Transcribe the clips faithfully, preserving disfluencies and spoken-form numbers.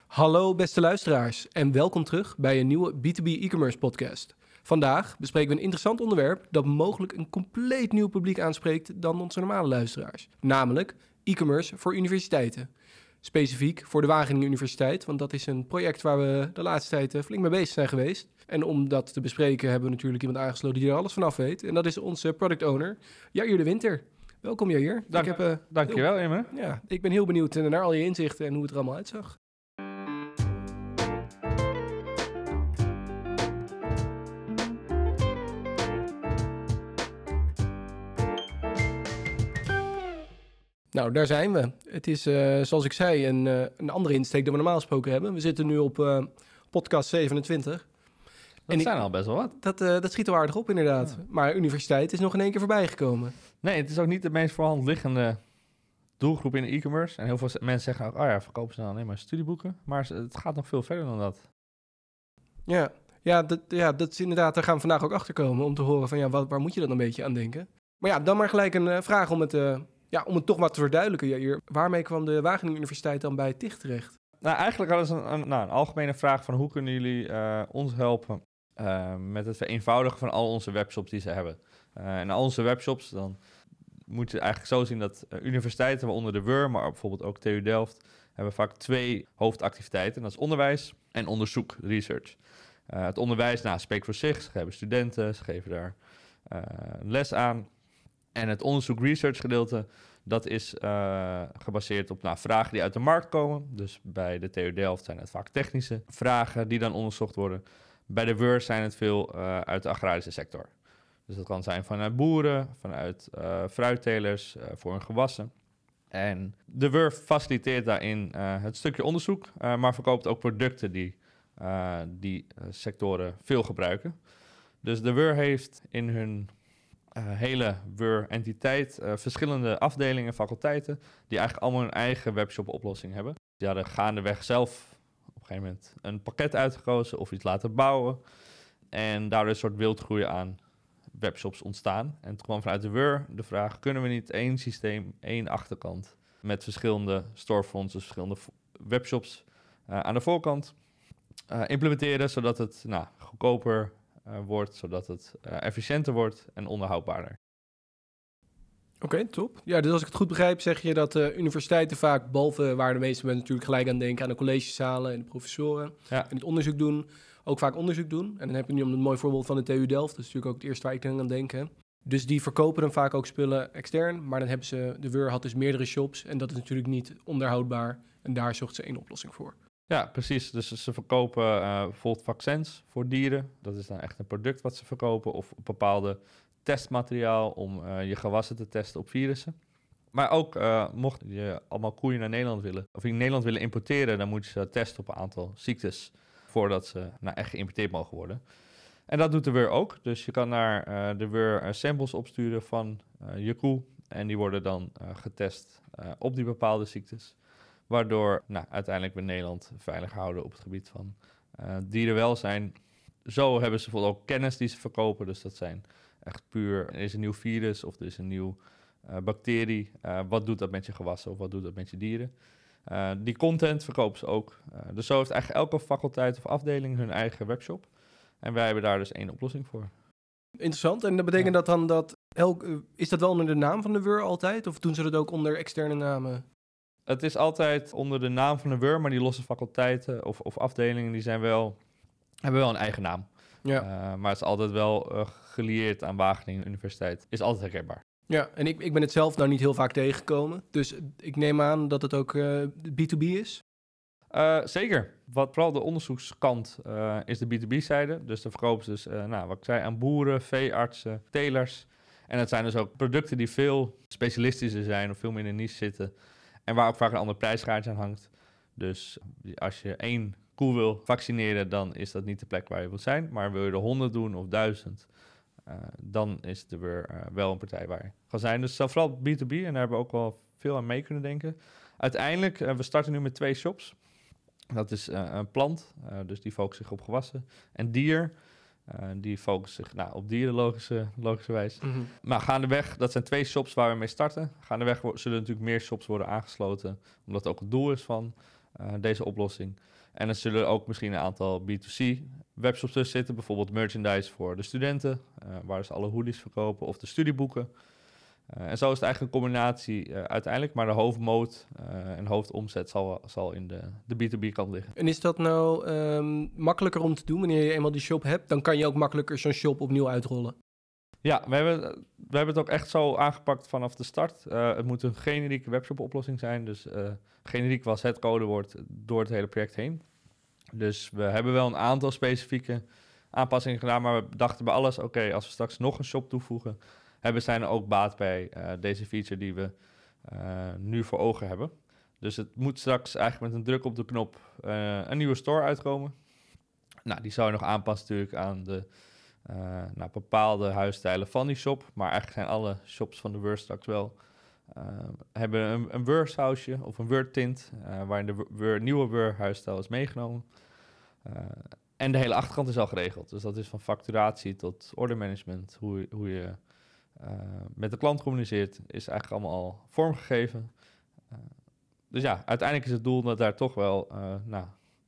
Hallo beste luisteraars en welkom terug bij een nieuwe B twee B e-commerce podcast. Vandaag bespreken we een interessant onderwerp dat mogelijk een compleet nieuw publiek aanspreekt dan onze normale luisteraars. Namelijk e-commerce voor universiteiten. Specifiek voor de Wageningen Universiteit, want dat is een project waar we de laatste tijd uh, flink mee bezig zijn geweest. En om dat te bespreken hebben we natuurlijk iemand aangesloten die er alles vanaf weet. En dat is onze product owner, Jair de Winter. Welkom Jair. Dank, ik heb, uh, dankjewel, heel, Immer. Ja, ik ben heel benieuwd naar al je inzichten en hoe het er allemaal uitzag. Nou, daar zijn we. Het is, uh, zoals ik zei, een, uh, een andere insteek dan we normaal gesproken hebben. We zitten nu op uh, podcast zevenentwintig. Dat en zijn ik, al best wel wat. Dat, uh, dat schiet wel aardig op, inderdaad. Ja. Maar universiteit is nog in één keer voorbij gekomen. Nee, het is ook niet de meest voorhand liggende doelgroep in de e-commerce. En heel veel mensen zeggen ook, oh ja, verkopen ze dan alleen maar studieboeken. Maar het gaat nog veel verder dan dat. Ja, ja, dat, ja dat is inderdaad, daar gaan we vandaag ook achter komen om te horen van, ja, wat, waar moet je dan een beetje aan denken? Maar ja, dan maar gelijk een uh, vraag om het... Uh, Ja, om het toch wat te verduidelijken, Jair. Waarmee kwam de Wageningen Universiteit dan bij T I G terecht? Nou, eigenlijk hadden ze een, een, nou, een algemene vraag van hoe kunnen jullie uh, ons helpen uh, met het vereenvoudigen van al onze webshops die ze hebben. Uh, en al onze webshops, dan moet je eigenlijk zo zien dat uh, universiteiten, waaronder de W U R, maar bijvoorbeeld ook T U Delft, hebben vaak twee hoofdactiviteiten. Dat is onderwijs en onderzoek, research. Uh, het onderwijs, nou, spreekt voor zich. Ze geven studenten, ze geven daar uh, les aan. En het onderzoek research gedeelte, dat is uh, gebaseerd op nou, vragen die uit de markt komen. Dus bij de T U Delft zijn het vaak technische vragen die dan onderzocht worden. Bij de W U R zijn het veel uh, uit de agrarische sector. Dus dat kan zijn vanuit boeren, vanuit uh, fruittelers, uh, voor hun gewassen. En de W U R faciliteert daarin uh, het stukje onderzoek, uh, maar verkoopt ook producten die uh, die uh, sectoren veel gebruiken. Dus de W U R heeft in hun Uh, hele W U R-entiteit, uh, verschillende afdelingen, faculteiten, die eigenlijk allemaal hun eigen webshop-oplossing hebben. Die hadden gaandeweg zelf op een gegeven moment een pakket uitgekozen of iets laten bouwen. En daardoor is een soort wildgroei aan webshops ontstaan. En toen kwam vanuit de W U R de vraag, kunnen we niet één systeem, één achterkant met verschillende storefronts, dus verschillende webshops uh, aan de voorkant uh, implementeren, zodat het nou, goedkoper Uh, wordt, zodat het uh, efficiënter wordt en onderhoudbaarder. Oké, okay, top. Ja, dus als ik het goed begrijp, zeg je dat uh, universiteiten vaak, behalve waar de meeste mensen natuurlijk gelijk aan denken, aan de collegezalen en de professoren, ja. en het onderzoek doen, ook vaak onderzoek doen. En dan heb je nu een mooi voorbeeld van de T U Delft, dat is natuurlijk ook het eerste waar ik dan aan denk. Hè. Dus die verkopen dan vaak ook spullen extern, maar dan hebben ze, de W U R had dus meerdere shops en dat is natuurlijk niet onderhoudbaar en daar zocht ze één oplossing voor. Ja, precies. Dus ze verkopen uh, bijvoorbeeld vaccins voor dieren. Dat is dan echt een product wat ze verkopen. Of bepaalde testmateriaal om uh, je gewassen te testen op virussen. Maar ook uh, mocht je allemaal koeien naar Nederland willen, of in Nederland willen importeren, dan moet je ze testen op een aantal ziektes voordat ze nou, echt geïmporteerd mogen worden. En dat doet de W U R ook. Dus je kan naar uh, de W U R uh, samples opsturen van uh, je koe. En die worden dan uh, getest uh, op die bepaalde ziektes. Waardoor nou, uiteindelijk we Nederland veilig houden op het gebied van uh, dierenwelzijn. Zo hebben ze bijvoorbeeld ook kennis die ze verkopen. Dus dat zijn echt puur, er is een nieuw virus of er is een nieuw uh, bacterie. Uh, wat doet dat met je gewassen of wat doet dat met je dieren? Uh, die content verkopen ze ook. Uh, dus zo heeft eigenlijk elke faculteit of afdeling hun eigen webshop. En wij hebben daar dus één oplossing voor. Interessant. En dat betekent ja. dat dan dat... Elk, is dat wel onder de naam van de W U R altijd? Of doen ze dat ook onder externe namen? Het is altijd onder de naam van de W U R, maar die losse faculteiten of, of afdelingen die zijn wel, hebben wel een eigen naam. Ja. Uh, maar het is altijd wel uh, gelieerd aan Wageningen Universiteit. Is altijd herkenbaar. Ja, en ik, ik ben het zelf nou niet heel vaak tegengekomen. Dus ik neem aan dat het ook uh, B twee B is? Uh, zeker. Wat vooral de onderzoekskant uh, is de B twee B-zijde. Dus dan verkopen ze dus, uh, nou, wat ik zei, aan boeren, veeartsen, telers. En het zijn dus ook producten die veel specialistischer zijn of veel meer in de niche zitten. En waar ook vaak een ander prijsgaatje aan hangt. Dus als je één koe wil vaccineren, dan is dat niet de plek waar je wilt zijn. Maar wil je er honderd doen of duizend, uh, dan is er weer uh, wel een partij waar je kan zijn. Dus vooral B twee B en daar hebben we ook wel veel aan mee kunnen denken. Uiteindelijk, uh, we starten nu met twee shops. Dat is uh, een plant, uh, dus die focust zich op gewassen. En dier, uh, die focust zich nou, op dieren, logische, logischerwijs. Mm-hmm. Maar gaandeweg, dat zijn twee shops waar we mee starten. Gaandeweg zullen natuurlijk meer shops worden aangesloten, omdat het ook het doel is van uh, deze oplossing. En er zullen ook misschien een aantal B twee C webshops tussen zitten. Bijvoorbeeld merchandise voor de studenten, uh, waar ze alle hoodies verkopen of de studieboeken. Uh, en zo is het eigenlijk een combinatie uh, uiteindelijk. Maar de hoofdmode uh, en hoofdomzet zal, zal in de, de B twee B kant liggen. En is dat nou um, makkelijker om te doen wanneer je eenmaal die shop hebt? Dan kan je ook makkelijker zo'n shop opnieuw uitrollen. Ja, we hebben, we hebben het ook echt zo aangepakt vanaf de start. Uh, het moet een generieke webshop oplossing zijn. Dus uh, generiek was het codewoord door het hele project heen. Dus we hebben wel een aantal specifieke aanpassingen gedaan. Maar we dachten bij alles, oké, okay, als we straks nog een shop toevoegen, hebben zijn er ook baat bij uh, deze feature die we uh, nu voor ogen hebben. Dus het moet straks eigenlijk met een druk op de knop uh, een nieuwe store uitkomen. Nou, die zou je nog aanpassen natuurlijk aan de uh, nou, bepaalde huisstijlen van die shop. Maar eigenlijk zijn alle shops van de Word straks wel uh, hebben een, een Word-sausje of een Word-tint, uh, waarin de Word, nieuwe Word-huisstijl is meegenomen. Uh, en de hele achterkant is al geregeld. Dus dat is van facturatie tot ordermanagement, hoe, hoe je uh, met de klant communiceert, is eigenlijk allemaal al vormgegeven. Uh, dus ja, uiteindelijk is het doel dat daar toch wel uh, nou,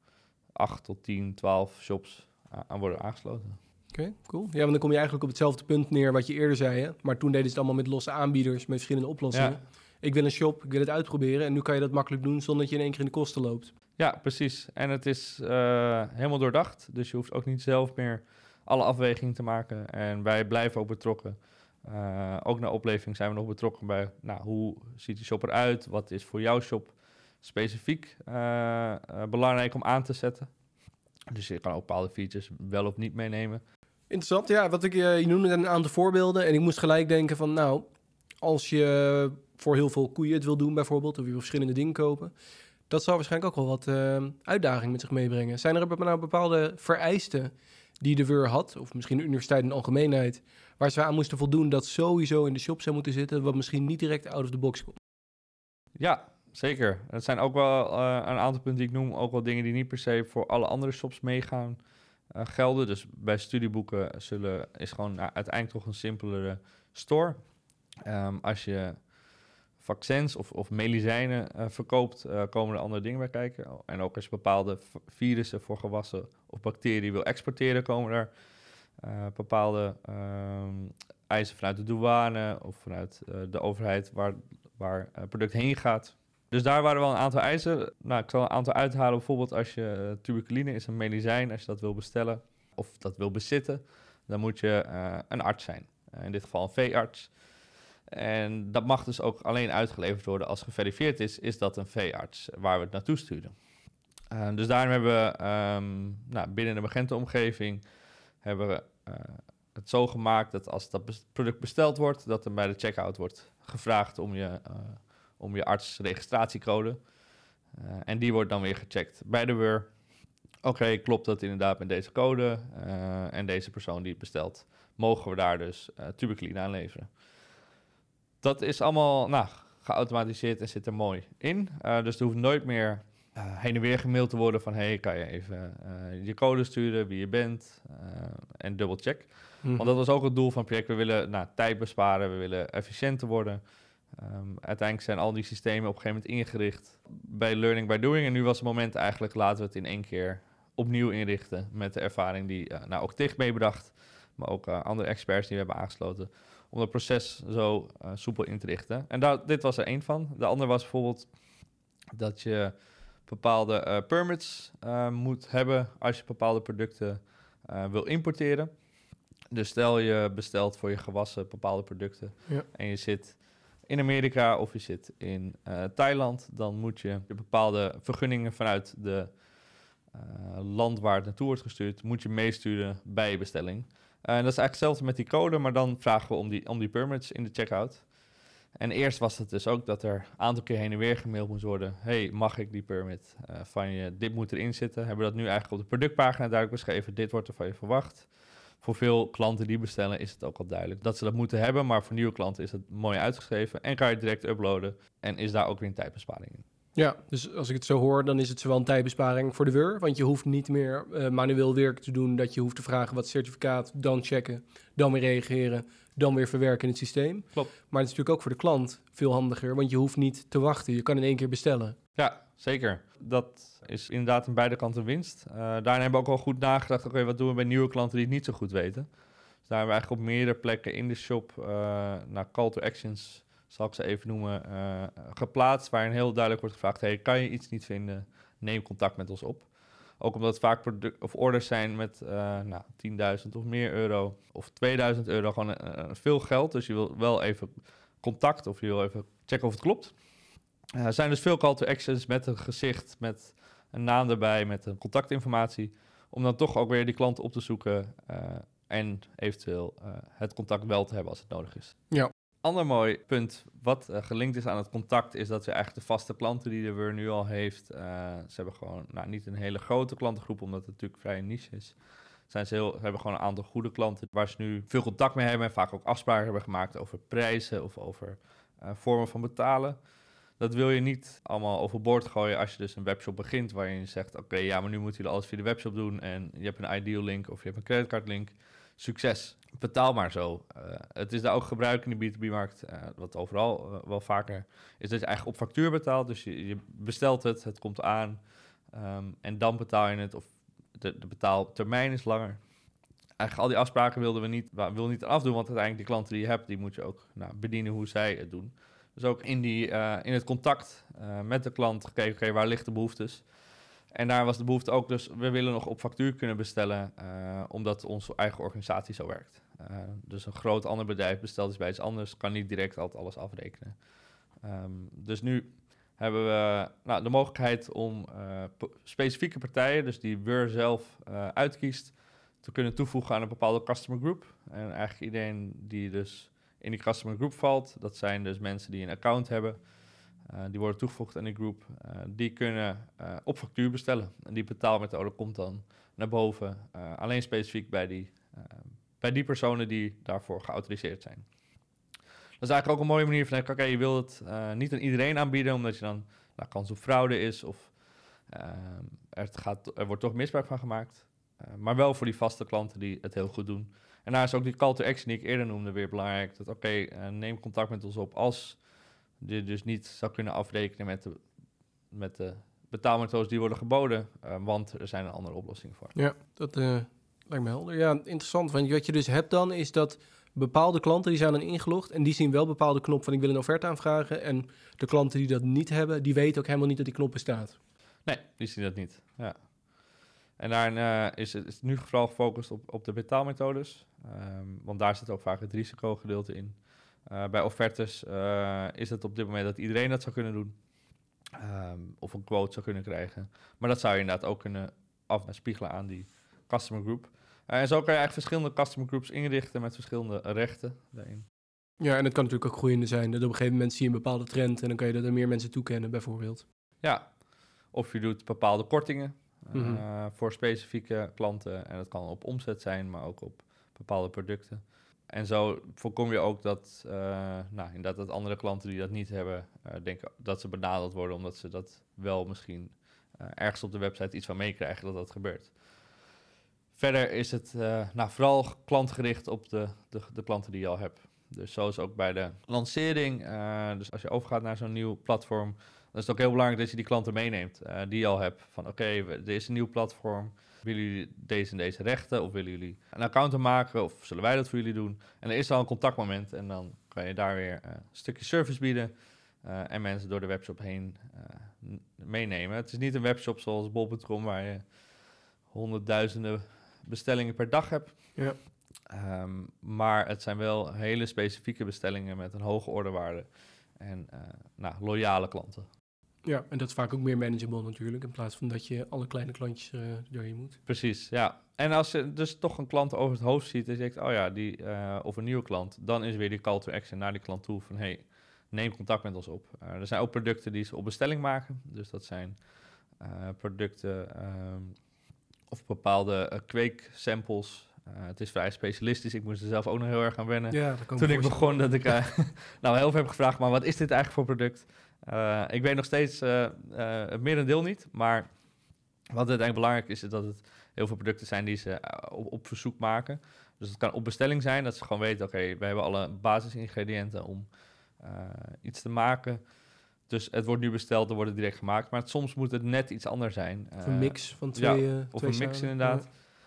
acht tot tien, twaalf shops aan worden aangesloten. Oké, okay, cool. Ja, want dan kom je eigenlijk op hetzelfde punt neer wat je eerder zei. Hè? Maar toen deden ze het allemaal met losse aanbieders, met verschillende oplossingen. Ja. Ik wil een shop, ik wil het uitproberen. En nu kan je dat makkelijk doen zonder dat je in één keer in de kosten loopt. Ja, precies. En het is uh, helemaal doordacht. Dus je hoeft ook niet zelf meer alle afwegingen te maken. En wij blijven ook betrokken. Uh, ook na oplevering zijn we nog betrokken bij, nou, hoe ziet die shop eruit? Wat is voor jouw shop specifiek uh, uh, belangrijk om aan te zetten? Dus je kan ook bepaalde features wel of niet meenemen. Interessant, ja. Wat ik, uh, je noemde een aantal voorbeelden en ik moest gelijk denken van, nou, als je voor heel veel koeien het wil doen bijvoorbeeld, of je wil verschillende dingen kopen, dat zal waarschijnlijk ook wel wat uh, uitdaging met zich meebrengen. Zijn er nou bepaalde vereisten die de W U R had, of misschien de universiteit in de algemeenheid, waar ze aan moesten voldoen dat sowieso in de shop zou moeten zitten, wat misschien niet direct out of the box komt? Ja, zeker. Het zijn ook wel uh, een aantal punten die ik noem, ook wel dingen die niet per se voor alle andere shops meegaan uh, gelden. Dus bij studieboeken zullen, is gewoon uh, uiteindelijk toch een simpelere store. Um, als je vaccins of, of medicijnen uh, verkoopt, uh, komen er andere dingen bij kijken. En ook als je bepaalde v- virussen voor gewassen of bacteriën wil exporteren, komen er uh, bepaalde um, eisen vanuit de douane of vanuit uh, de overheid waar, waar het product heen gaat. Dus daar waren wel een aantal eisen. Nou, ik zal een aantal uithalen. Bijvoorbeeld als je uh, tuberculine is een medicijn, als je dat wil bestellen of dat wil bezitten, dan moet je uh, een arts zijn. Uh, in dit geval een veearts. En dat mag dus ook alleen uitgeleverd worden als geverifieerd is, is dat een veearts waar we het naartoe sturen. Uh, dus daarom hebben we um, nou, binnen de Magento-omgeving hebben we uh, het zo gemaakt dat als dat bes- product besteld wordt, dat er bij de checkout wordt gevraagd om je, uh, om je artsregistratiecode. Uh, en die wordt dan weer gecheckt bij de W U R. Oké, okay, klopt dat inderdaad met deze code uh, en deze persoon die het bestelt, mogen we daar dus uh, tuberculine aan leveren. Dat is allemaal nou, geautomatiseerd en zit er mooi in. Uh, dus er hoeft nooit meer uh, heen en weer gemaild te worden van, hey, kan je even uh, je code sturen, wie je bent uh, en double check. Mm-hmm. Want dat was ook het doel van het project. We willen nou, tijd besparen, we willen efficiënter worden. Um, uiteindelijk zijn al die systemen op een gegeven moment ingericht bij learning by doing. En nu was het moment eigenlijk, laten we het in één keer opnieuw inrichten met de ervaring die uh, nou, ook T I G meebracht, maar ook uh, andere experts die we hebben aangesloten, om het proces zo uh, soepel in te richten. En daar, dit was er één van. De andere was bijvoorbeeld dat je bepaalde uh, permits uh, moet hebben als je bepaalde producten uh, wil importeren. Dus stel je bestelt voor je gewassen bepaalde producten, ja, en je zit in Amerika of je zit in uh, Thailand, dan moet je bepaalde vergunningen vanuit de uh, land waar het naartoe wordt gestuurd, moet je meesturen bij je bestelling. Uh, en dat is eigenlijk hetzelfde met die code, maar dan vragen we om die, om die permits in de checkout. En eerst was het dus ook dat er een aantal keer heen en weer gemaild moest worden. Hey, mag ik die permit uh, van je? Dit moet erin zitten. Hebben we dat nu eigenlijk op de productpagina duidelijk beschreven. Dit wordt er van je verwacht. Voor veel klanten die bestellen is het ook al duidelijk dat ze dat moeten hebben. Maar voor nieuwe klanten is het mooi uitgeschreven. En kan je het direct uploaden. En is daar ook weer een tijdbesparing in. Ja, dus als ik het zo hoor, dan is het zowel een tijdbesparing voor de W U R. Want je hoeft niet meer uh, manueel werk te doen. Dat je hoeft te vragen wat certificaat, dan checken, dan weer reageren, dan weer verwerken in het systeem. Klopt. Maar het is natuurlijk ook voor de klant veel handiger. Want je hoeft niet te wachten. Je kan in één keer bestellen. Ja, zeker. Dat is inderdaad aan beide kanten winst. Uh, daarin hebben we ook wel goed nagedacht, oké, okay, wat doen we bij nieuwe klanten die het niet zo goed weten? Dus daar hebben we eigenlijk op meerdere plekken in de shop uh, naar call to actions, zal ik ze even noemen, uh, geplaatst, waarin heel duidelijk wordt gevraagd, hey, kan je iets niet vinden, neem contact met ons op. Ook omdat het vaak product- of orders zijn met uh, nou, tienduizend of meer euro of tweeduizend euro, gewoon uh, veel geld. Dus je wil wel even contact of je wil even checken of het klopt. Uh, er zijn dus veel call to actions met een gezicht, met een naam erbij, met een contactinformatie, om dan toch ook weer die klant op te zoeken uh, en eventueel uh, het contact wel te hebben als het nodig is. Ja. Ander mooi punt wat uh, gelinkt is aan het contact is dat we eigenlijk de vaste klanten die de Weur nu al heeft, uh, ze hebben gewoon nou, niet een hele grote klantengroep, omdat het natuurlijk vrij niche is. Zijn ze, heel, ze hebben gewoon een aantal goede klanten waar ze nu veel contact mee hebben en vaak ook afspraken hebben gemaakt over prijzen of over uh, vormen van betalen. Dat wil je niet allemaal overboord gooien als je dus een webshop begint waarin je zegt, oké, okay, ja, maar nu moeten jullie alles via de webshop doen en je hebt een Ideal link of je hebt een creditcard-link. Succes. Betaal maar zo. Uh, het is daar ook gebruik in de B twee B-markt, uh, wat overal uh, wel vaker is dat je eigenlijk op factuur betaalt. Dus je, je bestelt het, het komt aan um, en dan betaal je het of de, de betaaltermijn is langer. Eigenlijk al die afspraken wilden we niet, we wilden niet afdoen, want uiteindelijk die klanten die je hebt, die moet je ook nou, bedienen hoe zij het doen. Dus ook in, die, uh, in het contact uh, met de klant gekeken, oké, okay, waar ligt de behoeftes? En daar was de behoefte ook, dus we willen nog op factuur kunnen bestellen, uh, omdat onze eigen organisatie zo werkt. Uh, dus een groot ander bedrijf bestelt iets bij iets anders, kan niet direct altijd alles afrekenen. Um, dus nu hebben we nou, de mogelijkheid om uh, p- specifieke partijen, dus die Weur zelf uh, uitkiest, te kunnen toevoegen aan een bepaalde customer group. En eigenlijk iedereen die dus in die customer group valt, dat zijn dus mensen die een account hebben. Uh, die worden toegevoegd aan die groep. Uh, die kunnen uh, op factuur bestellen. En die betaalmethode komt dan naar boven. Uh, alleen specifiek bij die, uh, bij die personen die daarvoor geautoriseerd zijn. Dat is eigenlijk ook een mooie manier van, oké, okay, je wilt het uh, niet aan iedereen aanbieden, omdat je dan nou, kans op fraude is of uh, er, gaat, er wordt toch misbruik van gemaakt. Uh, maar wel voor die vaste klanten die het heel goed doen. En daar is ook die call to action die ik eerder noemde weer belangrijk. Dat oké, okay, uh, neem contact met ons op als je dus niet zou kunnen afrekenen met de, met de betaalmethodes die worden geboden, uh, want er zijn een andere oplossingen voor. Ja, dat uh, lijkt me helder. Ja, interessant. Want wat je dus hebt dan, is dat bepaalde klanten die zijn dan ingelogd en die zien wel bepaalde knop van ik wil een offerte aanvragen. En de klanten die dat niet hebben, die weten ook helemaal niet dat die knop bestaat. Nee, die zien dat niet. Ja. En daarin uh, is, het, is het nu vooral gefocust op, op de betaalmethodes, um, want daar zit ook vaak het risicogedeelte in. Uh, bij offertes uh, is het op dit moment dat iedereen dat zou kunnen doen. Um, of een quote zou kunnen krijgen. Maar dat zou je inderdaad ook kunnen afspiegelen aan die customer group. Uh, en zo kan je eigenlijk verschillende customer groups inrichten met verschillende rechten daarin. Ja, en het kan natuurlijk ook groeiende zijn. Dat op een gegeven moment zie je een bepaalde trend en dan kan je dat aan meer mensen toekennen bijvoorbeeld. Ja, of je doet bepaalde kortingen uh, mm-hmm. voor specifieke klanten. En dat kan op omzet zijn, maar ook op bepaalde producten. En zo voorkom je ook dat, uh, nou, inderdaad, dat andere klanten die dat niet hebben, uh, denken dat ze benadeeld worden, omdat ze dat wel misschien uh, ergens op de website iets van meekrijgen dat dat gebeurt. Verder is het uh, nou, vooral klantgericht op de, de, de klanten die je al hebt. Dus zoals ook bij de lancering. Uh, dus als je overgaat naar zo'n nieuw platform, dan is het ook heel belangrijk dat je die klanten meeneemt uh, die je al hebt. Van oké, okay, er is een nieuw platform. Willen jullie deze en deze rechten of willen jullie een account maken of zullen wij dat voor jullie doen? En er is al een contactmoment en dan kan je daar weer uh, een stukje service bieden uh, en mensen door de webshop heen uh, meenemen. Het is niet een webshop zoals bol punt com waar je honderdduizenden bestellingen per dag hebt. Ja. Um, maar het zijn wel hele specifieke bestellingen met een hoge orderwaarde en uh, nou, loyale klanten. Ja, en dat is vaak ook meer manageable natuurlijk, in plaats van dat je alle kleine klantjes uh, doorheen moet. Precies, ja. En als je dus toch een klant over het hoofd ziet en je denkt, oh ja, die, uh, of een nieuwe klant, dan is weer die call to action naar die klant toe van, hey, neem contact met ons op. Uh, er zijn ook producten die ze op bestelling maken, dus dat zijn uh, producten um, of bepaalde uh, kweeksamples. Uh, het is vrij specialistisch, ik moest er zelf ook nog heel erg aan wennen. Ja, dat kan Toen ik begon, dat ik uh, nou heel veel heb gevraagd, maar wat is dit eigenlijk voor product? Uh, ik weet nog steeds uh, uh, het merendeel niet, maar wat uiteindelijk belangrijk is, is dat het heel veel producten zijn die ze uh, op, op verzoek maken. Dus het kan op bestelling zijn, dat ze gewoon weten, oké, okay, we hebben alle basisingrediënten om uh, iets te maken. Dus het wordt nu besteld, er wordt het direct gemaakt. Maar het, soms moet het net iets anders zijn. Of een Uh, mix van twee ja, uh, Of twee een mix samen. inderdaad. Ja.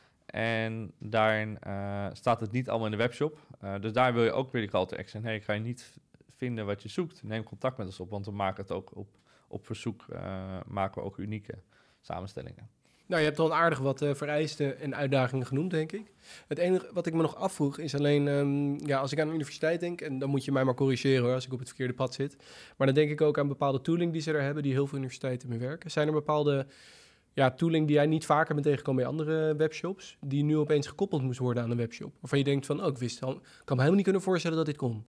En daarin uh, staat het niet allemaal in de webshop. Uh, dus daar wil je ook weer die call to action. Hey, ik ga je niet v- vinden wat je zoekt. Neem contact met ons op, want we maken het ook op, op verzoek. Uh, maken we ook unieke samenstellingen. Nou, je hebt al een aardig wat uh, vereisten en uitdagingen genoemd, denk ik. Het enige wat ik me nog afvroeg is alleen... Um, ja, als ik aan de universiteit denk... en dan moet je mij maar corrigeren hoor, als ik op het verkeerde pad zit. Maar dan denk ik ook aan bepaalde tooling die ze er hebben... die heel veel universiteiten mee werken. Zijn er bepaalde ja, tooling die jij niet vaker bent tegengekomen bij andere webshops... die nu opeens gekoppeld moest worden aan een webshop? Waarvan je denkt van, oh, ik wist al... ik kan me helemaal niet kunnen voorstellen dat dit kon.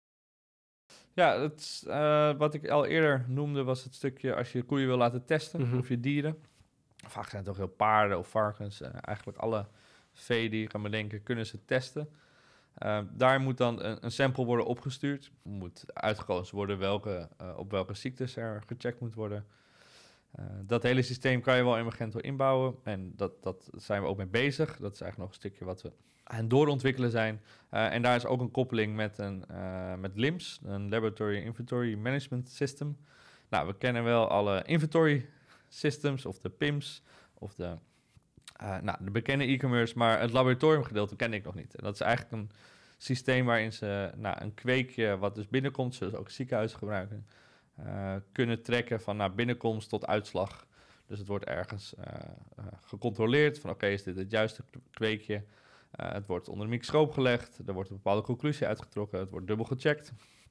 Ja, het, uh, wat ik al eerder noemde was het stukje... als je koeien wil laten testen, Mm-hmm. of je dieren... Vaak zijn het toch heel paarden of varkens. Uh, eigenlijk alle vee die je kan bedenken, kunnen ze testen. Uh, daar moet dan een, een sample worden opgestuurd. Moet uitgekozen worden welke, uh, op welke ziektes er gecheckt moet worden. Uh, dat hele systeem kan je wel in Magento inbouwen. En dat, dat zijn we ook mee bezig. Dat is eigenlijk nog een stukje wat we aan het doorontwikkelen zijn. Uh, en daar is ook een koppeling met, een, uh, met L I M S, een Laboratory Inventory Management System. Nou, we kennen wel alle inventory systems of de P I M S of de, uh, nou, de bekende e-commerce, maar het laboratoriumgedeelte ken ik nog niet. En dat is eigenlijk een systeem waarin ze nou, een kweekje wat dus binnenkomt, zoals ook ziekenhuizen gebruiken, uh, kunnen trekken van naar binnenkomst tot uitslag. Dus het wordt ergens uh, uh, gecontroleerd van oké, okay, is dit het juiste kweekje? Uh, het wordt onder de microscoop gelegd, er wordt een bepaalde conclusie uitgetrokken, het wordt dubbel gecheckt.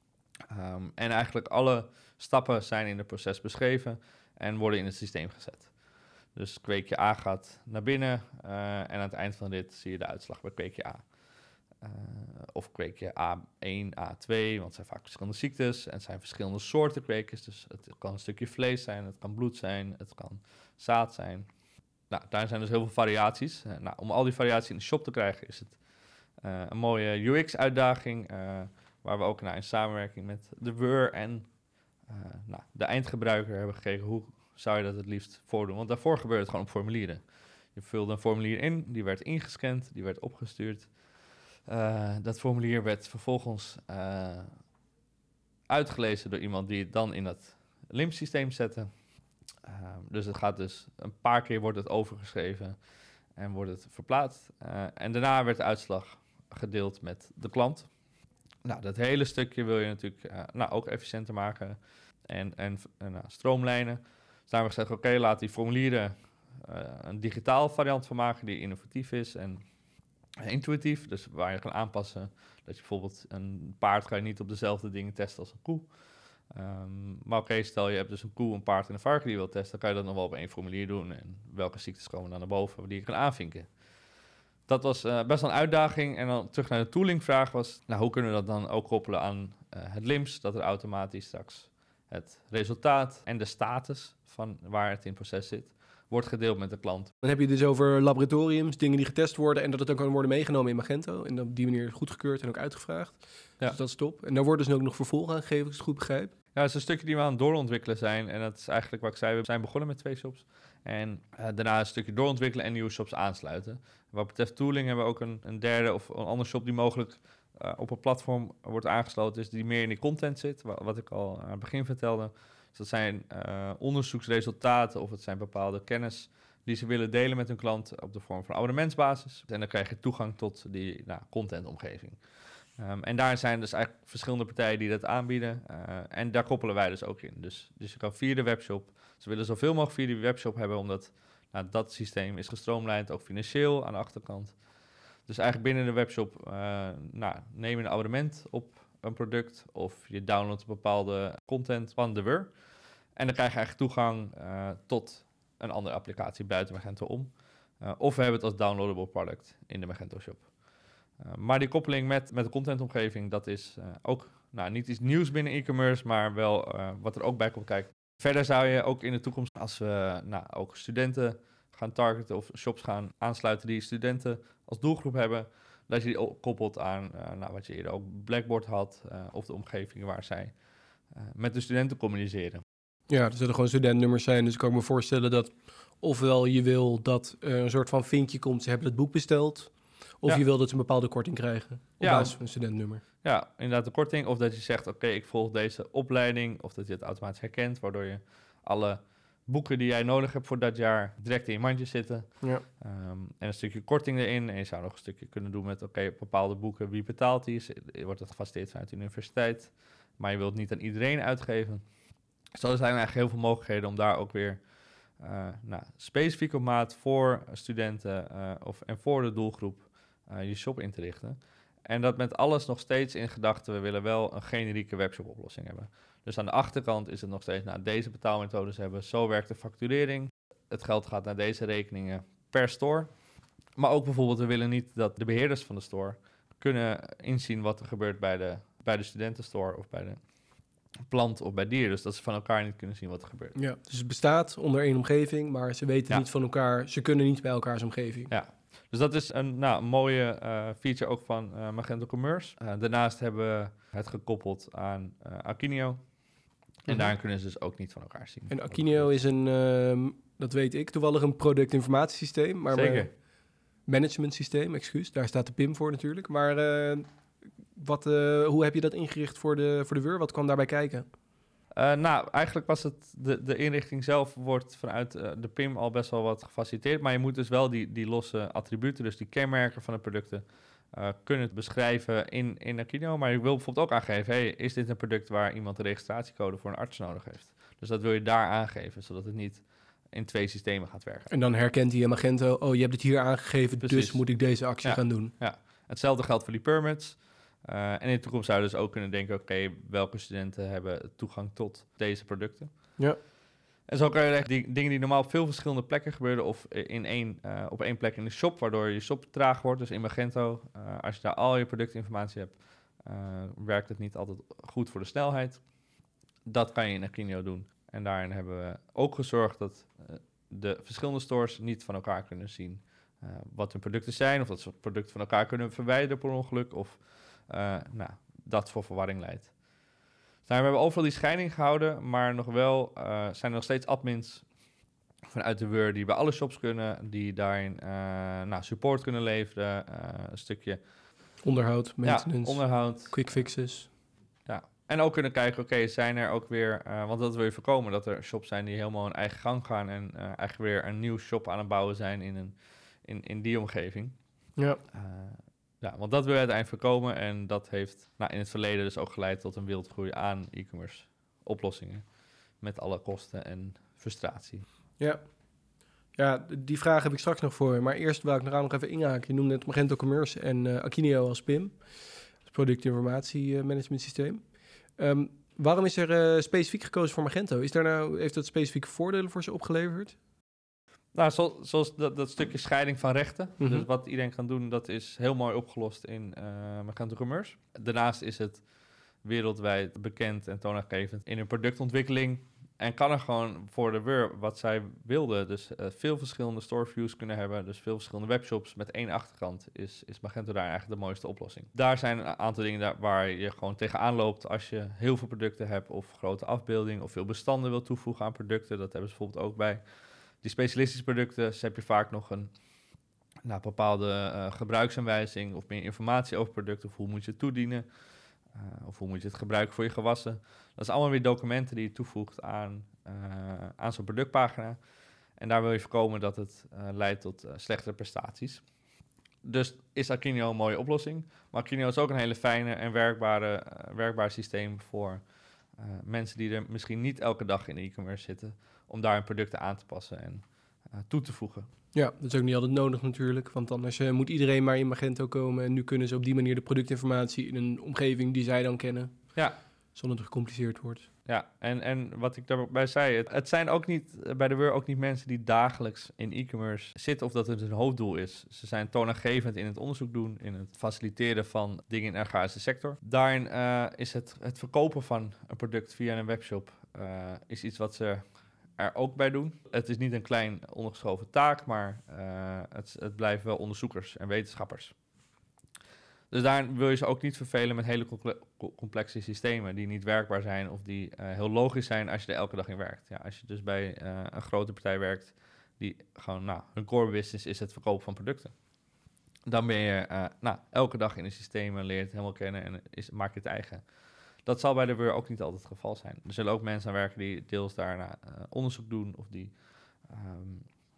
Um, en eigenlijk alle stappen zijn in het proces beschreven en worden in het systeem gezet. Dus kweekje A gaat naar binnen uh, en aan het eind van dit zie je de uitslag bij kweekje A. Uh, of kweekje A één, A twee, want het zijn vaak verschillende ziektes en het zijn verschillende soorten kweekjes. Dus het kan een stukje vlees zijn, het kan bloed zijn, het kan zaad zijn. Nou, daar zijn dus heel veel variaties. Uh, nou, om al die variaties in de shop te krijgen is het uh, een mooie U X-uitdaging, uh, waar we ook nou, in samenwerking met de W U R en uh, nou, de eindgebruiker hebben gekeken hoe zou je dat het liefst voordoen. Want daarvoor gebeurde het gewoon op formulieren. Je vulde een formulier in, die werd ingescand, die werd opgestuurd. Uh, dat formulier werd vervolgens uh, uitgelezen door iemand die het dan in dat L I M S-systeem zette. Uh, dus het gaat dus een paar keer wordt het overgeschreven en wordt het verplaatst. Uh, en daarna werd de uitslag gedeeld met de klant. Nou, dat hele stukje wil je natuurlijk uh, nou, ook efficiënter maken en, en, en uh, stroomlijnen. Dus daar hebben we gezegd, oké, okay, laat die formulieren uh, een digitaal variant van maken die innovatief is en uh, intuïtief. Dus waar je kan aanpassen dat je bijvoorbeeld een paard ga je niet op dezelfde dingen testen als een koe. Um, maar oké, okay, stel je hebt dus een koe, een paard en een varken die je wilt testen, dan kan je dat nog wel op één formulier doen. En welke ziektes komen dan naar boven die je kan aanvinken. Dat was uh, best wel een uitdaging. En dan terug naar de toolingvraag was, nou, hoe kunnen we dat dan ook koppelen aan uh, het L I M S, dat er automatisch straks het resultaat en de status van waar het in proces zit, wordt gedeeld met de klant. Dan heb je dus over laboratoriums, dingen die getest worden en dat het ook kan worden meegenomen in Magento. En op die manier goedgekeurd en ook uitgevraagd. Ja. Dus dat is top. En daar worden dus ook nog vervolgen aan gegeven, als ik het goed begrijp. Ja, dat is een stukje die we aan het doorontwikkelen zijn. En dat is eigenlijk wat ik zei, we zijn begonnen met twee shops. En uh, daarna een stukje doorontwikkelen en nieuwe shops aansluiten. Wat betreft tooling hebben we ook een, een derde of een andere shop die mogelijk uh, op een platform wordt aangesloten. Dus die meer in die content zit, wat, wat ik al aan het begin vertelde. Dus dat zijn uh, onderzoeksresultaten of het zijn bepaalde kennis die ze willen delen met hun klant op de vorm van abonnementsbasis. En dan krijg je toegang tot die nou, contentomgeving. Um, en daar zijn dus eigenlijk verschillende partijen die dat aanbieden. Uh, en daar koppelen wij dus ook in. Dus, dus je kan via de webshop, ze willen zoveel mogelijk via die webshop hebben, omdat nou, dat systeem is gestroomlijnd, ook financieel aan de achterkant. Dus eigenlijk binnen de webshop uh, nou, neem je een abonnement op een product of je downloadt bepaalde content van de W U R. En dan krijg je eigenlijk toegang uh, tot een andere applicatie buiten Magento om. Uh, of we hebben het als downloadable product in de Magento shop. Uh, maar die koppeling met, met de contentomgeving, dat is uh, ook nou, niet iets nieuws binnen e-commerce, maar wel uh, wat er ook bij komt kijken. Verder zou je ook in de toekomst, als we nou, ook studenten gaan targeten of shops gaan aansluiten die studenten als doelgroep hebben, dat je die ook koppelt aan uh, nou, wat je eerder ook Blackboard had, uh, of de omgeving waar zij uh, met de studenten communiceren. Ja, er zullen gewoon studentnummers zijn, dus ik kan me voorstellen dat ofwel je wil dat er een soort van vinkje komt, ze hebben het boek besteld, Of Ja. je wil dat ze een bepaalde korting krijgen op Ja. basis van een studentnummer. Ja, inderdaad de korting. Of dat je zegt, oké, ik volg deze opleiding. Of dat je het automatisch herkent, waardoor je alle boeken die jij nodig hebt voor dat jaar direct in je mandje zitten. Ja. Um, en een stukje korting erin. En je zou nog een stukje kunnen doen met, oké, bepaalde boeken, wie betaalt die? Wordt het gefaciliteerd vanuit de universiteit? Maar je wilt het niet aan iedereen uitgeven. Zo zijn er eigenlijk heel veel mogelijkheden om daar ook weer uh, nou, specifiek op maat voor studenten uh, of, en voor de doelgroep uh, je shop in te richten. En dat met alles nog steeds in gedachten, we willen wel een generieke webshop oplossing hebben. Dus aan de achterkant is het nog steeds, nou, deze betaalmethodes hebben, zo werkt de facturering. Het geld gaat naar deze rekeningen per store. Maar ook bijvoorbeeld, we willen niet dat de beheerders van de store kunnen inzien wat er gebeurt bij de, bij de studentenstore of bij de plant of bij dier. Dus dat ze van elkaar niet kunnen zien wat er gebeurt. Ja, dus het bestaat onder één omgeving, maar ze weten Ja. niet van elkaar. Ze kunnen niet bij elkaars omgeving. Ja. Dus dat is een, nou, een mooie uh, feature ook van uh, Magento Commerce. Uh, daarnaast hebben we het gekoppeld aan uh, Akinio. En Mhm. daarin kunnen ze dus ook niet van elkaar zien. En Akinio is een, uh, dat weet ik, toevallig een productinformatiesysteem. Maar Zeker. Management systeem, excuus. Daar staat de P I M voor natuurlijk. Maar uh, wat, uh, hoe heb je dat ingericht voor de, voor de W U R? Wat kwam daarbij kijken? Uh, nou, eigenlijk was het, de, de inrichting zelf wordt vanuit uh, de P I M al best wel wat gefaciliteerd. Maar je moet dus wel die, die losse attributen, dus die kenmerken van de producten, uh, kunnen beschrijven in, in Akinio. Maar je wil bijvoorbeeld ook aangeven, hey, is dit een product waar iemand een registratiecode voor een arts nodig heeft? Dus dat wil je daar aangeven, zodat het niet in twee systemen gaat werken. En dan herkent hij in Magento, oh, je hebt het hier aangegeven, Precies. dus moet ik deze actie Ja. gaan doen. Ja, hetzelfde geldt voor die permits. Uh, en in de toekomst zou je dus ook kunnen denken, oké, okay, welke studenten hebben toegang tot deze producten? Ja. En zo kan je echt die dingen die normaal op veel verschillende plekken gebeuren of in één, uh, op één plek in de shop, waardoor je shop traag wordt. Dus in Magento, uh, als je daar al je productinformatie hebt, uh, werkt het niet altijd goed voor de snelheid. Dat kan je in Akinio doen. En daarin hebben we ook gezorgd dat uh, de verschillende stores niet van elkaar kunnen zien uh, wat hun producten zijn, of dat ze producten van elkaar kunnen verwijderen per ongeluk, of uh, nou, dat voor verwarring leidt. Nou, we hebben overal die scheiding gehouden, maar nog wel uh, zijn er nog steeds admins vanuit de W U R die bij alle shops kunnen, die daarin uh, nou, support kunnen leveren, uh, een stukje Onderhoud, maintenance, ja, onderhoud, quick fixes. Ja, en ook kunnen kijken, oké, okay, zijn er ook weer, uh, want dat wil je voorkomen, dat er shops zijn die helemaal hun eigen gang gaan en uh, eigenlijk weer een nieuw shop aan het bouwen zijn in, een, in, in die omgeving. Ja. Uh, Ja, want dat wil je uiteindelijk voorkomen en dat heeft nou, in het verleden dus ook geleid tot een wildgroei aan e-commerce oplossingen met alle kosten en frustratie. Ja. Ja, die vraag heb ik straks nog voor je, maar eerst wil ik nog, nog even inhaken. Je noemde het Magento Commerce en uh, Akinio als P I M, als productinformatiemanagement systeem. Um, waarom is er uh, specifiek gekozen voor Magento? Is daar nou, heeft dat specifieke voordelen voor ze opgeleverd? Nou, zo, zoals dat, dat stukje scheiding van rechten. Mm-hmm. Dus wat iedereen kan doen, dat is heel mooi opgelost in uh, Magento Commerce. Daarnaast is het wereldwijd bekend en toonaangevend in hun productontwikkeling. En kan er gewoon voor de W U R wat zij wilden. Dus uh, veel verschillende store views kunnen hebben. Dus veel verschillende webshops met één achterkant is, is Magento daar eigenlijk de mooiste oplossing. Daar zijn een aantal dingen daar waar je gewoon tegenaan loopt als je heel veel producten hebt of grote afbeeldingen of veel bestanden wil toevoegen aan producten. Dat hebben ze bijvoorbeeld ook bij die specialistische producten. Dus heb je vaak nog een nou, bepaalde uh, gebruiksaanwijzing of meer informatie over producten of hoe moet je het toedienen. Uh, of hoe moet je het gebruiken voor je gewassen. Dat is allemaal weer documenten die je toevoegt aan, uh, aan zo'n productpagina. En daar wil je voorkomen dat het uh, leidt tot uh, slechtere prestaties. Dus is Akinio een mooie oplossing. Maar Akinio is ook een hele fijne en werkbare, uh, werkbaar systeem voor uh, mensen die er misschien niet elke dag in de e-commerce zitten, om daar hun producten aan te passen en uh, toe te voegen. Ja, dat is ook niet altijd nodig natuurlijk, want anders uh, moet iedereen maar in Magento komen en nu kunnen ze op die manier de productinformatie in een omgeving die zij dan kennen, ja. zonder dat het gecompliceerd wordt. Ja, en, en wat ik daarbij zei, het, het zijn ook niet, bij de W U R ook niet mensen die dagelijks in e-commerce zitten of dat het hun hoofddoel is. Ze zijn toonaangevend in het onderzoek doen, in het faciliteren van dingen in de agrarische sector. Daarin uh, is het, het verkopen van een product via een webshop uh, is iets wat ze er ook bij doen. Het is niet een klein ondergeschoven taak, maar uh, het, het blijven wel onderzoekers en wetenschappers. Dus daar wil je ze ook niet vervelen met hele complexe systemen die niet werkbaar zijn of die uh, heel logisch zijn als je er elke dag in werkt. Ja, als je dus bij uh, een grote partij werkt die gewoon, nou, hun core business is het verkopen van producten. Dan ben je uh, nou, elke dag in de systemen, leer je het helemaal kennen en is, maak je het eigen. Dat zal bij de W U R ook niet altijd het geval zijn. Er zullen ook mensen aan werken die deels daarna uh, onderzoek doen of die, um,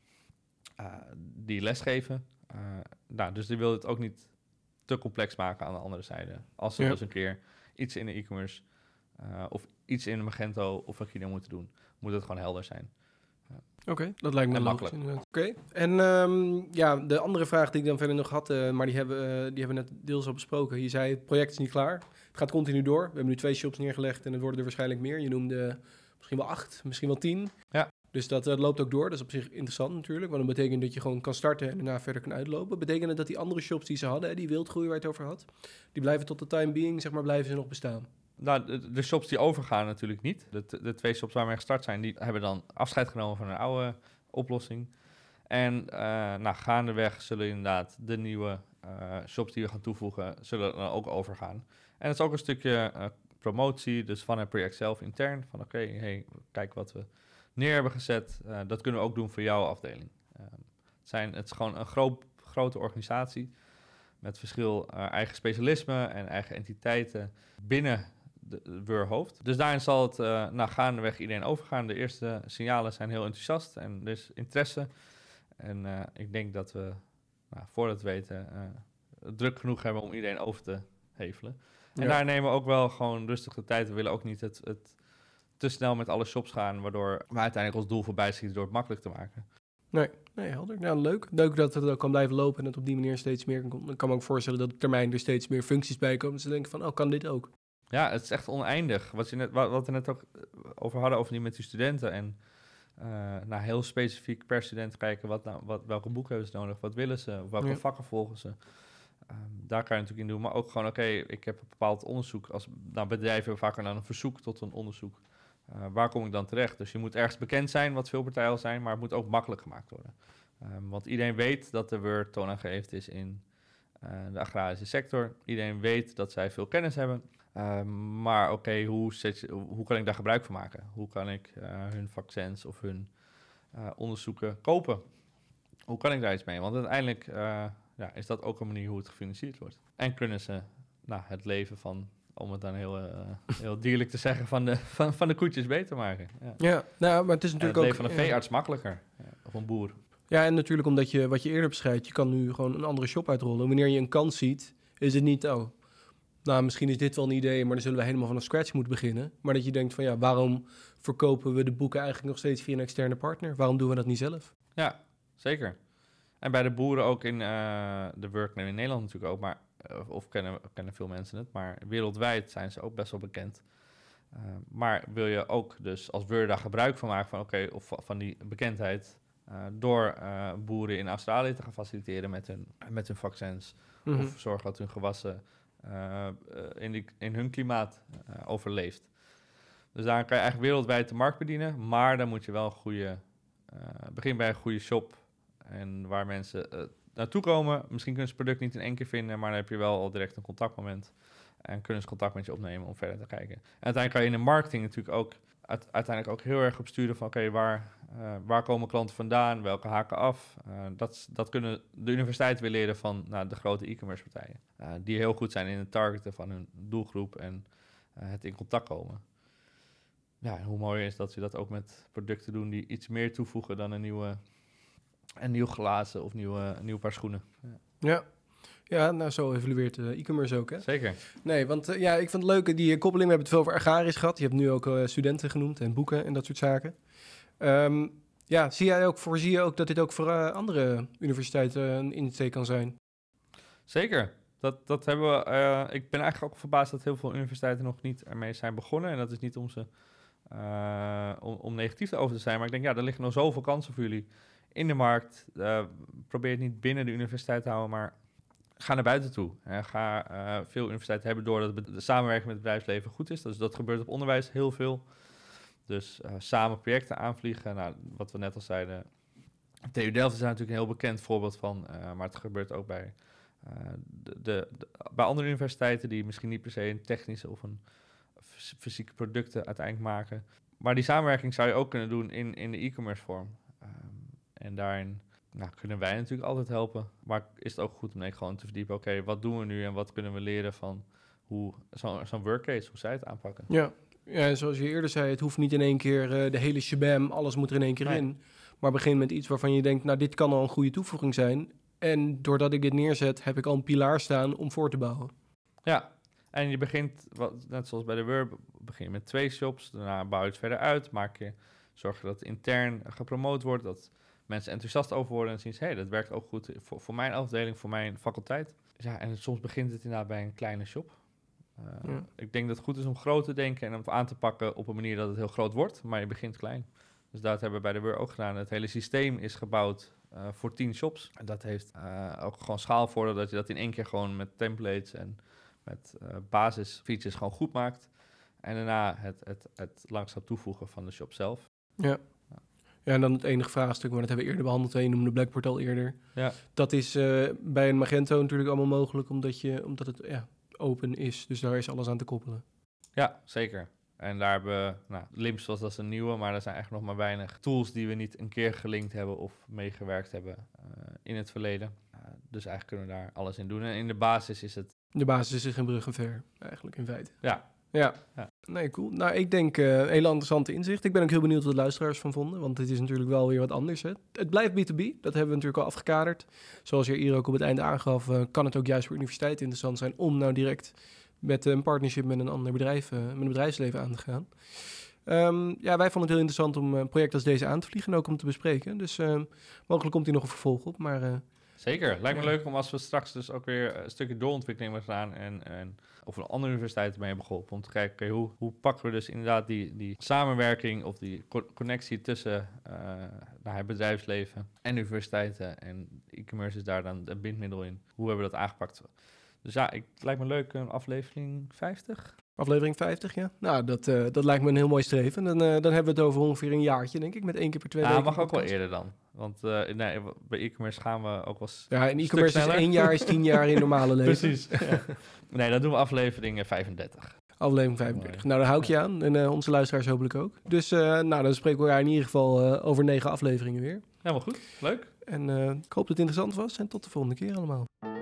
uh, die lesgeven. Uh, nou, dus die wil het ook niet te complex maken aan de andere zijde. Als ze ja. dus een keer iets in de e-commerce uh, of iets in de Magento of Akino moeten doen, moet het gewoon helder zijn. Oké, okay, dat lijkt me makkelijk. Oké, okay. en um, ja, de andere vraag die ik dan verder nog had, uh, maar die hebben, uh, die hebben we net deels al besproken. Je zei, het project is niet klaar. Het gaat continu door. We hebben nu twee shops neergelegd en het worden er waarschijnlijk meer. Je noemde misschien wel acht, misschien wel tien. Ja. Dus dat, dat loopt ook door. Dat is op zich interessant natuurlijk. Want dat betekent dat je gewoon kan starten en daarna verder kan uitlopen. Betekent het dat die andere shops die ze hadden, hè, die wildgroei waar je het over had, die blijven tot de time being, zeg maar, blijven ze nog bestaan? Nou, de, de shops die overgaan natuurlijk niet. De, de twee shops waar we gestart zijn, die hebben dan afscheid genomen van een oude oplossing. En uh, nou, gaandeweg zullen inderdaad de nieuwe uh, shops die we gaan toevoegen, zullen dan ook overgaan. En het is ook een stukje uh, promotie, dus van het project zelf intern. Van oké, okay, hey, kijk wat we neer hebben gezet. Uh, dat kunnen we ook doen voor jouw afdeling. Uh, het, zijn, het is gewoon een groot, grote organisatie met verschil uh, eigen specialismen en eigen entiteiten binnen de, de W U R-hoofd. Dus daarin zal het uh, nou, gaandeweg iedereen overgaan. De eerste signalen zijn heel enthousiast en er is interesse. En uh, ik denk dat we, nou, voordat we weten, uh, druk genoeg hebben om iedereen over te hevelen. En ja. daar nemen we ook wel gewoon rustig de tijd. We willen ook niet het, het te snel met alle shops gaan, waardoor we uiteindelijk ons doel voorbij schieten door het makkelijk te maken. Nee, nee, helder. Nou, leuk. Leuk dat het ook kan blijven lopen en dat op die manier steeds meer kan komen. Ik kan me ook voorstellen dat op termijn er steeds meer functies bij komen. Dus ze denken van, oh, kan dit ook? Ja, het is echt oneindig. Wat, je net, wat, wat we net ook over hadden, over die met die studenten. En uh, nou, heel specifiek per student kijken, wat nou, wat, welke boeken hebben ze nodig, wat willen ze, welke ja. vakken volgen ze. Um, daar kan je natuurlijk in doen. Maar ook gewoon, oké, okay, ik heb een bepaald onderzoek. Als nou, bedrijven hebben vaker dan een verzoek tot een onderzoek. Uh, waar kom ik dan terecht? Dus je moet ergens bekend zijn, wat veel partijen al zijn, maar het moet ook makkelijk gemaakt worden. Um, want iedereen weet dat de W U R toonaangevend is in uh, de agrarische sector. Iedereen weet dat zij veel kennis hebben. Um, maar oké, okay, hoe, hoe kan ik daar gebruik van maken? Hoe kan ik uh, hun vaccins of hun uh, onderzoeken kopen? Hoe kan ik daar iets mee? Want uiteindelijk uh, ja, is dat ook een manier hoe het gefinancierd wordt. En kunnen ze nou, het leven van, om het dan heel, uh, heel dierlijk te zeggen, van de, van, van de koetjes beter maken. Ja, ja nou, maar het is natuurlijk en het ook... leven van een veearts ja. makkelijker, ja, of een boer. Ja, en natuurlijk omdat je, wat je eerder beschrijft, je kan nu gewoon een andere shop uitrollen. Wanneer je een kans ziet, is het niet, oh, nou, misschien is dit wel een idee, maar dan zullen we helemaal vanaf scratch moeten beginnen. Maar dat je denkt van, ja, waarom verkopen we de boeken eigenlijk nog steeds via een externe partner? Waarom doen we dat niet zelf? Ja, zeker. En bij de boeren ook in uh, de W U R in Nederland natuurlijk ook, maar uh, of kennen, kennen veel mensen het, maar wereldwijd zijn ze ook best wel bekend. Uh, maar wil je ook dus als W U R daar gebruik van maken van oké, okay, of van die bekendheid uh, door uh, boeren in Australië te gaan faciliteren met hun, met hun vaccins, mm-hmm. of zorgen dat hun gewassen uh, uh, in, die, in hun klimaat uh, overleeft. Dus daar kan je eigenlijk wereldwijd de markt bedienen, maar dan moet je wel een goede, uh, begin bij een goede shop. En waar mensen uh, naartoe komen, misschien kunnen ze het product niet in één keer vinden, maar dan heb je wel al direct een contactmoment. En kunnen ze contact met je opnemen om verder te kijken. En uiteindelijk kan je in de marketing natuurlijk ook uit, uiteindelijk ook heel erg op sturen van oké, okay, waar, uh, waar komen klanten vandaan, welke haken af. Uh, dat, dat kunnen de universiteiten weer leren van nou, de grote e-commerce partijen. Uh, die heel goed zijn in het targeten van hun doelgroep en uh, het in contact komen. Ja, en hoe mooi is dat ze dat ook met producten doen die iets meer toevoegen dan een nieuwe... En nieuw glazen of nieuwe, een nieuw paar schoenen. Ja, ja. ja nou zo evolueert uh, e-commerce ook, hè? Zeker. Nee, want uh, ja, ik vind het leuk, die koppeling, we hebben het veel over agrarisch gehad. Je hebt nu ook uh, studenten genoemd en boeken en dat soort zaken. Um, ja, zie jij ook, voorzie je ook dat dit ook voor uh, andere universiteiten uh, een insteek kan zijn? Zeker. Dat, dat hebben we... Uh, ik ben eigenlijk ook verbaasd dat heel veel universiteiten nog niet ermee zijn begonnen. En dat is niet om ze uh, om, om negatief over te zijn, maar ik denk, ja, er liggen nog zoveel kansen voor jullie in de markt. Uh, probeer het niet binnen de universiteit te houden, maar ga naar buiten toe. Uh, ga, uh, veel universiteiten hebben door dat de samenwerking met het bedrijfsleven goed is. Dus dat gebeurt op onderwijs heel veel. Dus uh, samen projecten aanvliegen. Nou, wat we net al zeiden, T U Delft is daar natuurlijk een heel bekend voorbeeld van. Uh, maar het gebeurt ook bij, uh, de, de, de, bij andere universiteiten die misschien niet per se een technische of een fysieke producten uiteindelijk maken. Maar die samenwerking zou je ook kunnen doen in, in de e-commerce vorm. Um, en daarin nou, kunnen wij natuurlijk altijd helpen. Maar is het ook goed om gewoon te verdiepen, oké, okay, wat doen we nu en wat kunnen we leren van hoe zo'n zo'n workcase, hoe zij het aanpakken. Ja. Ja, en zoals je eerder zei, het hoeft niet in één keer uh, de hele shabam, alles moet er in één keer nee. in. Maar begin met iets waarvan je denkt, nou, dit kan al een goede toevoeging zijn. En doordat ik dit neerzet, heb ik al een pilaar staan om voor te bouwen. Ja, en je begint, wat, net zoals bij de Word, begin je met twee shops. Daarna bouw je het verder uit. Maak je, zorg je dat het intern gepromoot wordt. Dat mensen enthousiast over worden en zien hé, hey, dat werkt ook goed voor, voor mijn afdeling, voor mijn faculteit. Ja, en soms begint het inderdaad bij een kleine shop. Uh, ja. Ik denk dat het goed is om groot te denken en om aan te pakken op een manier dat het heel groot wordt. Maar je begint klein. Dus dat hebben we bij de Word ook gedaan. Het hele systeem is gebouwd uh, voor tien shops. En dat heeft uh, ook gewoon schaalvoordeel dat je dat in één keer gewoon met templates en met uh, basisfeatures gewoon goed maakt. En daarna het, het, het langzaam toevoegen van de shop zelf. Ja. ja. Ja, en dan het enige vraagstuk, maar dat hebben we eerder behandeld. Je noemde Blackboard al eerder. Ja. Dat is uh, bij een Magento natuurlijk allemaal mogelijk, omdat, je, omdat het ja, open is. Dus daar is alles aan te koppelen. Ja, zeker. En daar hebben we, nou, Limps was dat is een nieuwe, maar er zijn eigenlijk nog maar weinig tools die we niet een keer gelinkt hebben of meegewerkt hebben uh, in het verleden. Uh, dus eigenlijk kunnen we daar alles in doen. En in de basis is het... De basis is geen brug en ver, eigenlijk in feite. Ja. Ja. ja. Nee, cool. Nou, ik denk uh, een hele interessante inzicht. Ik ben ook heel benieuwd wat de luisteraars van vonden, want dit is natuurlijk wel weer wat anders. Hè. Het blijft B twee B, dat hebben we natuurlijk al afgekaderd. Zoals je hier ook op het einde aangaf, uh, kan het ook juist voor universiteiten interessant zijn om nou direct met een partnership met een ander bedrijf, uh, met een bedrijfsleven aan te gaan. Um, ja, wij vonden het heel interessant om een project als deze aan te vliegen en ook om te bespreken. Dus uh, mogelijk komt hier nog een vervolg op, maar... Uh, Zeker. Lijkt me ja. leuk om als we straks dus ook weer een stukje doorontwikkeling hebben gedaan en, en of een andere universiteit ermee hebben geholpen om te kijken, okay, hoe, hoe pakken we dus inderdaad die, die samenwerking of die co- connectie tussen uh, nou, het bedrijfsleven en universiteiten en e-commerce is daar dan een bindmiddel in. Hoe hebben we dat aangepakt? Dus ja, ik, het lijkt me leuk, een aflevering vijftig. Aflevering vijftig, ja. Nou, dat, uh, dat lijkt me een heel mooi streven. Dan, uh, dan hebben we het over ongeveer een jaartje, denk ik, met één keer per twee ja, weken. Ja, mag ook wel eerder dan. Want uh, nee, bij e-commerce gaan we ook wel ja, in e-commerce is één jaar is tien jaar in normale leven. Precies. Ja. Nee, dan doen we aflevering vijfendertig. Aflevering vijfendertig. Nou, daar hou ik je aan. En uh, onze luisteraars hopelijk ook. Dus uh, nou, dan spreken we elkaar in ieder geval uh, over negen afleveringen weer. Helemaal goed. Leuk. En uh, ik hoop dat het interessant was. En tot de volgende keer allemaal.